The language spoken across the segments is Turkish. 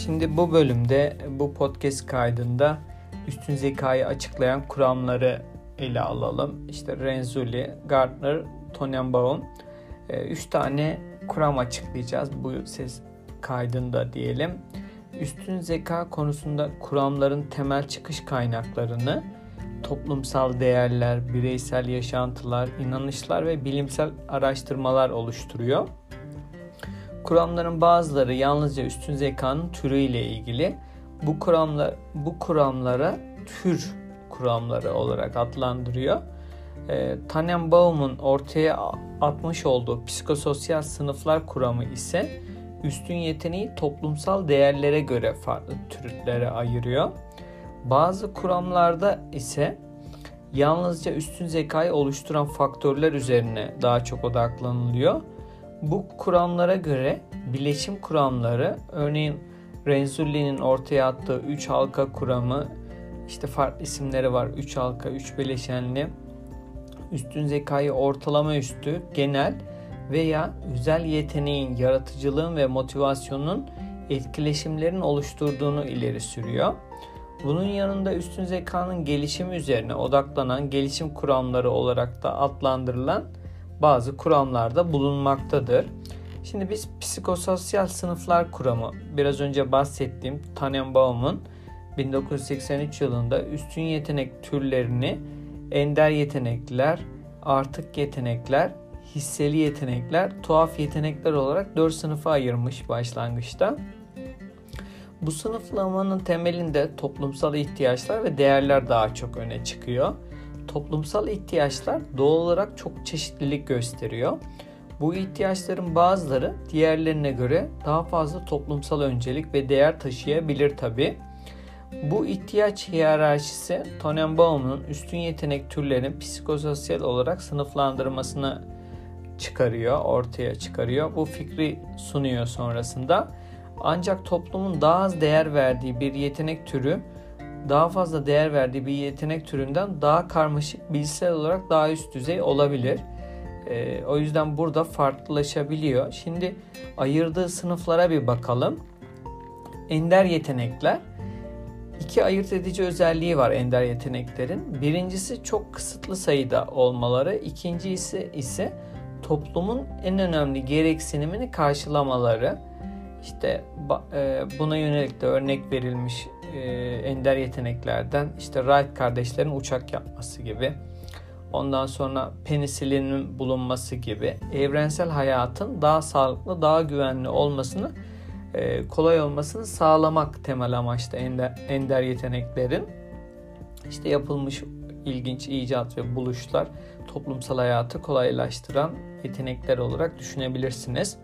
Şimdi bu bölümde, bu podcast kaydında üstün zekayı açıklayan kuramları ele alalım. İşte Renzulli, Gardner, Tannenbaum. 3 tane kuram açıklayacağız bu ses kaydında diyelim. Üstün zeka konusunda kuramların temel çıkış kaynaklarını toplumsal değerler, bireysel yaşantılar, inanışlar ve bilimsel araştırmalar oluşturuyor. Kuramların bazıları yalnızca üstün zekanın türüyle ilgili. Bu kuramlara tür kuramları olarak adlandırıyor. Tannenbaum'un ortaya atmış olduğu psikososyal sınıflar kuramı ise üstün yeteneği toplumsal değerlere göre farklı türlere ayırıyor. Bazı kuramlarda ise yalnızca üstün zekayı oluşturan faktörler üzerine daha çok odaklanılıyor. Bu kuramlara göre bileşim kuramları, örneğin Renzulli'nin ortaya attığı 3 halka kuramı, işte farklı isimleri var, 3 halka, 3 bileşenli, üstün zekayı ortalama üstü, genel veya özel yeteneğin, yaratıcılığın ve motivasyonun etkileşimlerin oluşturduğunu ileri sürüyor. Bunun yanında üstün zekanın gelişimi üzerine odaklanan gelişim kuramları olarak da adlandırılan bazı kuramlar da bulunmaktadır. Şimdi biz psikososyal sınıflar kuramı, biraz önce bahsettiğim Tannenbaum'un 1983 yılında üstün yetenek türlerini ender yetenekler, artık yetenekler, hisseli yetenekler, tuhaf yetenekler olarak 4 sınıfa ayırmış başlangıçta. Bu sınıflamanın temelinde toplumsal ihtiyaçlar ve değerler daha çok öne çıkıyor. Toplumsal ihtiyaçlar doğal olarak çok çeşitlilik gösteriyor. Bu ihtiyaçların bazıları diğerlerine göre daha fazla toplumsal öncelik ve değer taşıyabilir tabii. Bu ihtiyaç hiyerarşisi Tannenbaum'un üstün yetenek türlerinin psikososyal olarak sınıflandırmasını ortaya çıkarıyor. Bu fikri sunuyor sonrasında. Ancak toplumun daha az değer verdiği bir yetenek türü, daha fazla değer verdiği bir yetenek türünden daha karmaşık, bilgisayar olarak daha üst düzey olabilir. O yüzden burada farklılaşabiliyor. Şimdi ayırdığı sınıflara bir bakalım. Ender yetenekler. 2 ayırt edici özelliği var ender yeteneklerin. Birincisi çok kısıtlı sayıda olmaları. İkincisi ise toplumun en önemli gereksinimini karşılamaları. İşte buna yönelik de örnek verilmiş ender yeteneklerden işte Wright kardeşlerin uçak yapması gibi, ondan sonra penisilinin bulunması gibi evrensel hayatın daha sağlıklı, daha güvenli olmasını, kolay olmasını sağlamak temel amaçta ender yeteneklerin. İşte yapılmış ilginç icat ve buluşlar toplumsal hayatı kolaylaştıran yetenekler olarak düşünebilirsiniz.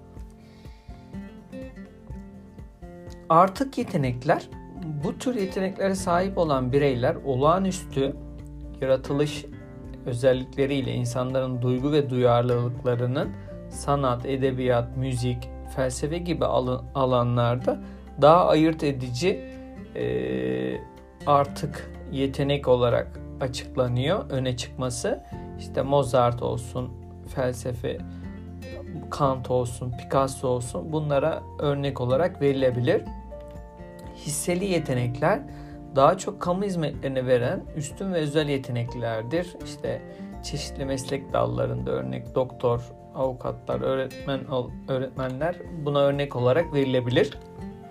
Artık yetenekler, bu tür yeteneklere sahip olan bireyler olağanüstü yaratılış özellikleriyle insanların duygu ve duyarlılıklarının sanat, edebiyat, müzik, felsefe gibi alanlarda daha ayırt edici artık yetenek olarak açıklanıyor, öne çıkması. İşte Mozart olsun, felsefe, Kant olsun, Picasso olsun, bunlara örnek olarak verilebilir. Hisseli yetenekler daha çok kamu hizmetlerini veren üstün ve özel yeteneklerdir. İşte çeşitli meslek dallarında örnek doktor, avukatlar, öğretmenler buna örnek olarak verilebilir.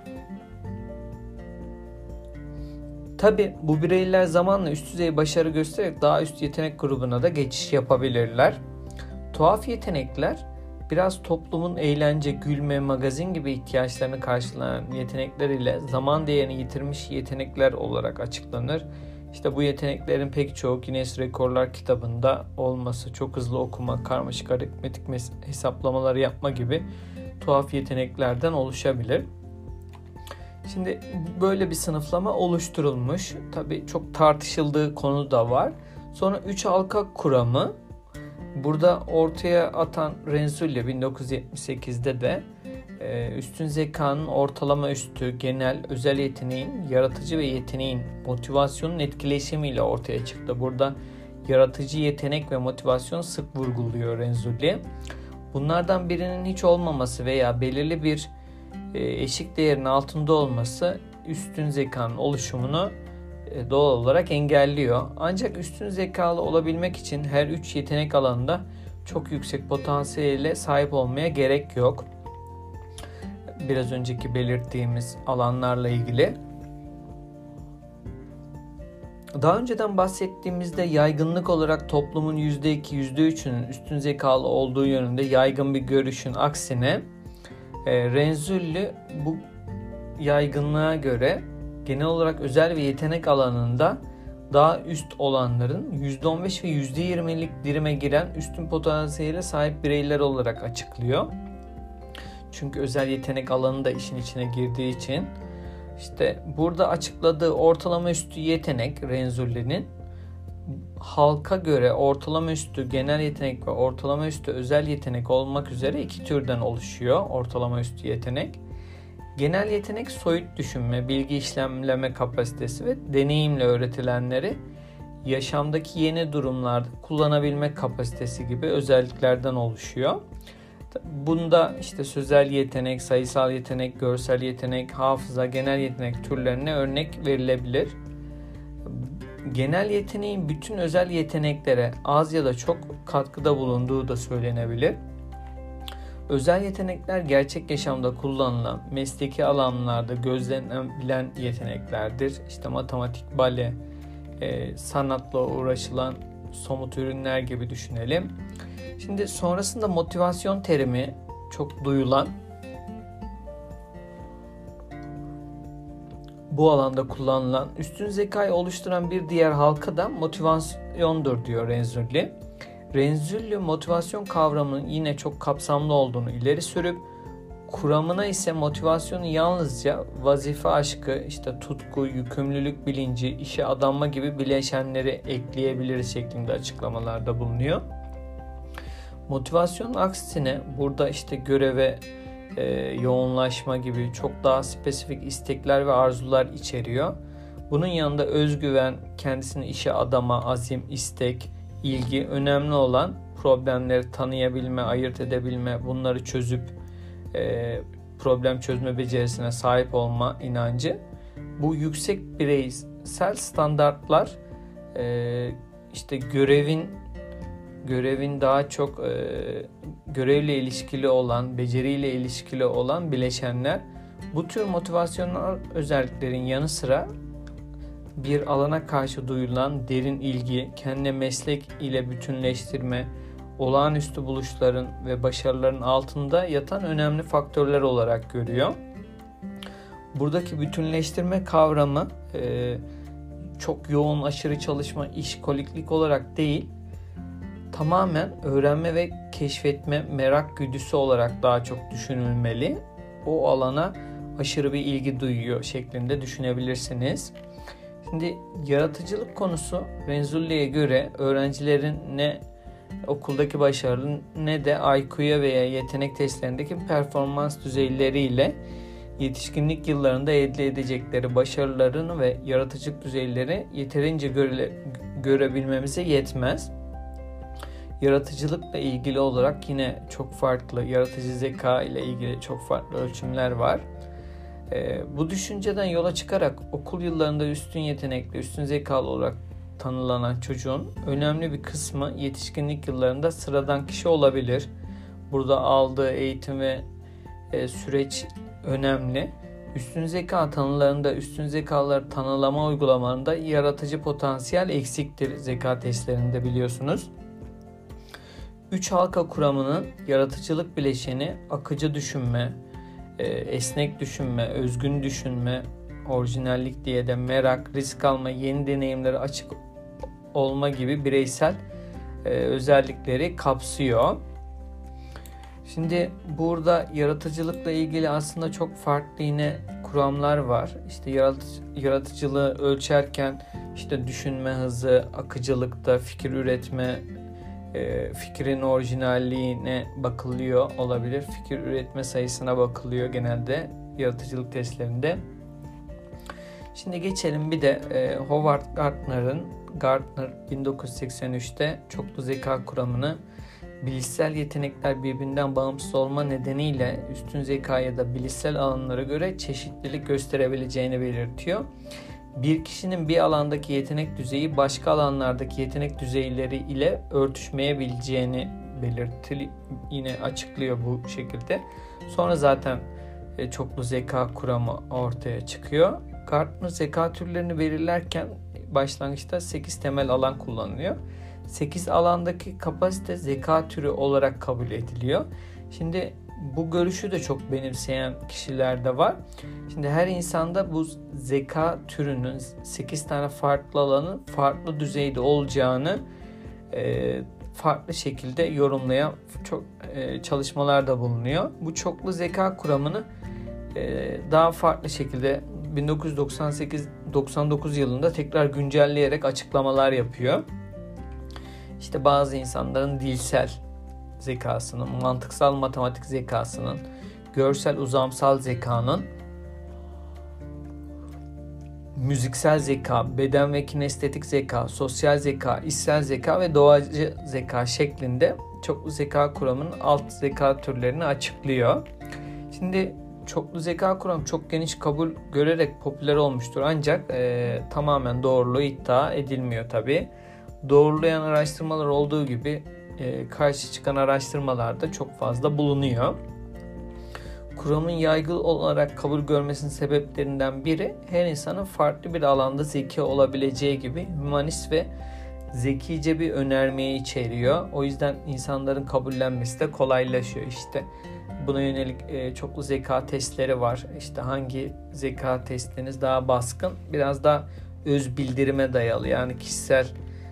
Tabii bu bireyler zamanla üst düzey başarı göstererek daha üst yetenek grubuna da geçiş yapabilirler. Tuhaf yetenekler biraz toplumun eğlence, gülme, magazin gibi ihtiyaçlarını karşılayan yetenekler ile zaman değerini yitirmiş yetenekler olarak açıklanır. İşte bu yeteneklerin pek çoğu Guinness Rekorlar kitabında olması, çok hızlı okuma, karmaşık aritmetik hesaplamaları yapma gibi tuhaf yeteneklerden oluşabilir. Şimdi böyle bir sınıflama oluşturulmuş. Tabii çok tartışıldığı konu da var. Sonra 3 halka kuramı. Burada ortaya atan Renzulli 1978'de de üstün zekanın ortalama üstü, genel, özel yeteneğin, yaratıcı ve yeteneğin, motivasyonun etkileşimiyle ortaya çıktı. Burada yaratıcı yetenek ve motivasyon sık vurguluyor Renzulli. Bunlardan birinin hiç olmaması veya belirli bir eşik değerin altında olması üstün zekanın oluşumunu doğal olarak engelliyor. Ancak üstün zekalı olabilmek için her 3 yetenek alanında çok yüksek potansiyele sahip olmaya gerek yok. Biraz önceki belirttiğimiz alanlarla ilgili. Daha önceden bahsettiğimizde yaygınlık olarak toplumun %2, %3'ünün üstün zekalı olduğu yönünde yaygın bir görüşün aksine Renzulli bu yaygınlığa göre genel olarak özel ve yetenek alanında daha üst olanların %15 ve %20'lik dirime giren üstün potansiyele sahip bireyler olarak açıklıyor. Çünkü özel yetenek alanı da işin içine girdiği için işte burada açıkladığı ortalama üstü yetenek Renzulli'nin halka göre ortalama üstü genel yetenek ve ortalama üstü özel yetenek olmak üzere 2 türden oluşuyor ortalama üstü yetenek. Genel yetenek soyut düşünme, bilgi işlemleme kapasitesi ve deneyimle öğretilenleri yaşamdaki yeni durumlarda kullanabilme kapasitesi gibi özelliklerden oluşuyor. Bunda işte sözel yetenek, sayısal yetenek, görsel yetenek, hafıza, genel yetenek türlerine örnek verilebilir. Genel yeteneğin bütün özel yeteneklere az ya da çok katkıda bulunduğu da söylenebilir. Özel yetenekler gerçek yaşamda kullanılan, mesleki alanlarda gözlenebilen yeteneklerdir. İşte matematik, bale, sanatla uğraşılan somut ürünler gibi düşünelim. Şimdi sonrasında motivasyon terimi çok duyulan, bu alanda kullanılan üstün zekayı oluşturan bir diğer halka da motivasyondur diyor Renzulli. Renzulli motivasyon kavramının yine çok kapsamlı olduğunu ileri sürüp kuramına ise motivasyonu yalnızca vazife aşkı, işte tutku, yükümlülük bilinci, işe adanma gibi bileşenleri ekleyebiliriz şeklinde açıklamalarda bulunuyor. Motivasyonun aksine burada işte göreve yoğunlaşma gibi çok daha spesifik istekler ve arzular içeriyor. Bunun yanında özgüven, kendisini işe adama, azim, istek, ilgi, önemli olan problemleri tanıyabilme, ayırt edebilme, bunları çözüp problem çözme becerisine sahip olma inancı. Bu yüksek bireysel standartlar işte görevin daha çok görevle ilişkili olan, beceriyle ilişkili olan bileşenler. Bu tür motivasyonel özelliklerin yanı sıra bir alana karşı duyulan derin ilgi, kendine meslek ile bütünleştirme, olağanüstü buluşların ve başarıların altında yatan önemli faktörler olarak görüyor. Buradaki bütünleştirme kavramı çok yoğun aşırı çalışma, işkoliklik olarak değil, tamamen öğrenme ve keşfetme, merak güdüsü olarak daha çok düşünülmeli. O alana aşırı bir ilgi duyuyor şeklinde düşünebilirsiniz. Şimdi yaratıcılık konusu Renzulli'ye göre öğrencilerin ne okuldaki başarılı ne de IQ'ya veya yetenek testlerindeki performans düzeyleriyle yetişkinlik yıllarında elde edecekleri başarılarını ve yaratıcılık düzeyleri yeterince görebilmemize yetmez. Yaratıcılıkla ilgili olarak yine çok farklı, yaratıcı zeka ile ilgili çok farklı ölçümler var. Bu düşünceden yola çıkarak okul yıllarında üstün yetenekli, üstün zekalı olarak tanılanan çocuğun önemli bir kısmı yetişkinlik yıllarında sıradan kişi olabilir. Burada aldığı eğitim ve süreç önemli. Üstün zeka tanılarında, üstün zekaları tanılama uygulamalarında yaratıcı potansiyel eksiktir zeka testlerinde biliyorsunuz. 3 halka kuramının yaratıcılık bileşeni akıcı düşünme, esnek düşünme, özgün düşünme, orijinallik diye de merak, risk alma, yeni deneyimlere açık olma gibi bireysel özellikleri kapsıyor. Şimdi burada yaratıcılıkla ilgili aslında çok farklı yine kuramlar var. İşte yaratıcılığı ölçerken işte düşünme hızı, akıcılıkta fikir üretme, fikrin orijinalliğine bakılıyor olabilir. Fikir üretme sayısına bakılıyor genelde yaratıcılık testlerinde. Şimdi geçelim bir de Howard Gardner 1983'te çoklu zeka kuramını Bilişsel yetenekler birbirinden bağımsız olma nedeniyle üstün zeka ya da bilişsel alanlara göre çeşitlilik gösterebileceğini belirtiyor. Bir kişinin bir alandaki yetenek düzeyi başka alanlardaki yetenek düzeyleri ile örtüşmeyebileceğini yine açıklıyor bu şekilde. Sonra zaten çoklu zeka kuramı ortaya çıkıyor. Gartner zeka türlerini belirlerken başlangıçta 8 temel alan kullanılıyor. 8 alandaki kapasite zeka türü olarak kabul ediliyor. Şimdi bu görüşü de çok benimseyen kişiler de var. Şimdi her insanda bu zeka türünün 8 tane farklı alanın farklı düzeyde olacağını farklı şekilde yorumlayan çok çalışmalar da bulunuyor. Bu çoklu zeka kuramını daha farklı şekilde 1998-99 yılında tekrar güncelleyerek açıklamalar yapıyor. İşte bazı insanların dilsel zekasının, mantıksal matematik zekasının, görsel uzamsal zekanın, müziksel zeka, beden ve kinestetik zeka, sosyal zeka, içsel zeka ve doğacı zeka şeklinde çoklu zeka kuramının alt zeka türlerini açıklıyor. Şimdi çoklu zeka kuramı çok geniş kabul görerek popüler olmuştur ancak tamamen doğruluğu iddia edilmiyor tabii. Doğrulayan araştırmalar olduğu gibi karşı çıkan araştırmalar da çok fazla bulunuyor. Kuramın yaygın olarak kabul görmesinin sebeplerinden biri her insanın farklı bir alanda zeki olabileceği gibi hümanist ve zekice bir önermeyi içeriyor. O yüzden insanların kabullenmesi de kolaylaşıyor işte. Buna yönelik çoklu zeka testleri var. İşte hangi zeka testiniz daha baskın? Biraz daha öz bildirime dayalı. Yani kişisel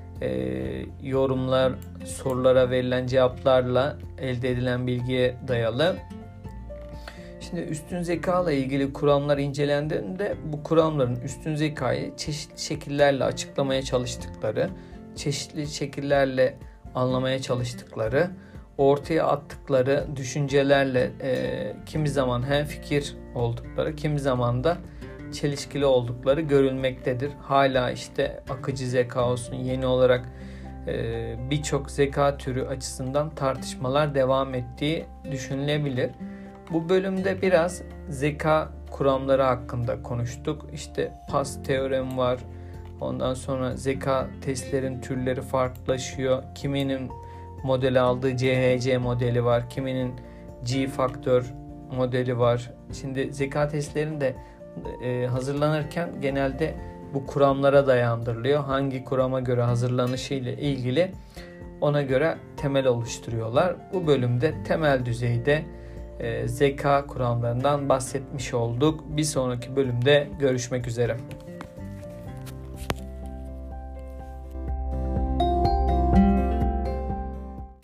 yorumlar, sorulara verilen cevaplarla elde edilen bilgiye dayalı. Şimdi üstün zeka ile ilgili kuramlar incelendiğinde bu kuramların üstün zekayı çeşitli şekillerle açıklamaya çalıştıkları, çeşitli şekillerle anlamaya çalıştıkları, ortaya attıkları düşüncelerle kimi zaman hemfikir oldukları, kimi zaman da çelişkili oldukları görülmektedir. Hala işte akıcı zeka olsun, yeni olarak birçok zeka türü açısından tartışmalar devam ettiği düşünülebilir. Bu bölümde biraz zeka kuramları hakkında konuştuk. İşte PAS teoremi var. Ondan sonra zeka testlerin türleri farklılaşıyor. Kiminin modeli aldığı CHC modeli var. Kiminin G faktör modeli var. Şimdi zeka testlerinin de hazırlanırken genelde bu kuramlara dayandırılıyor. Hangi kurama göre hazırlanışı ile ilgili ona göre temel oluşturuyorlar. Bu bölümde temel düzeyde zeka kuramlarından bahsetmiş olduk. Bir sonraki bölümde görüşmek üzere.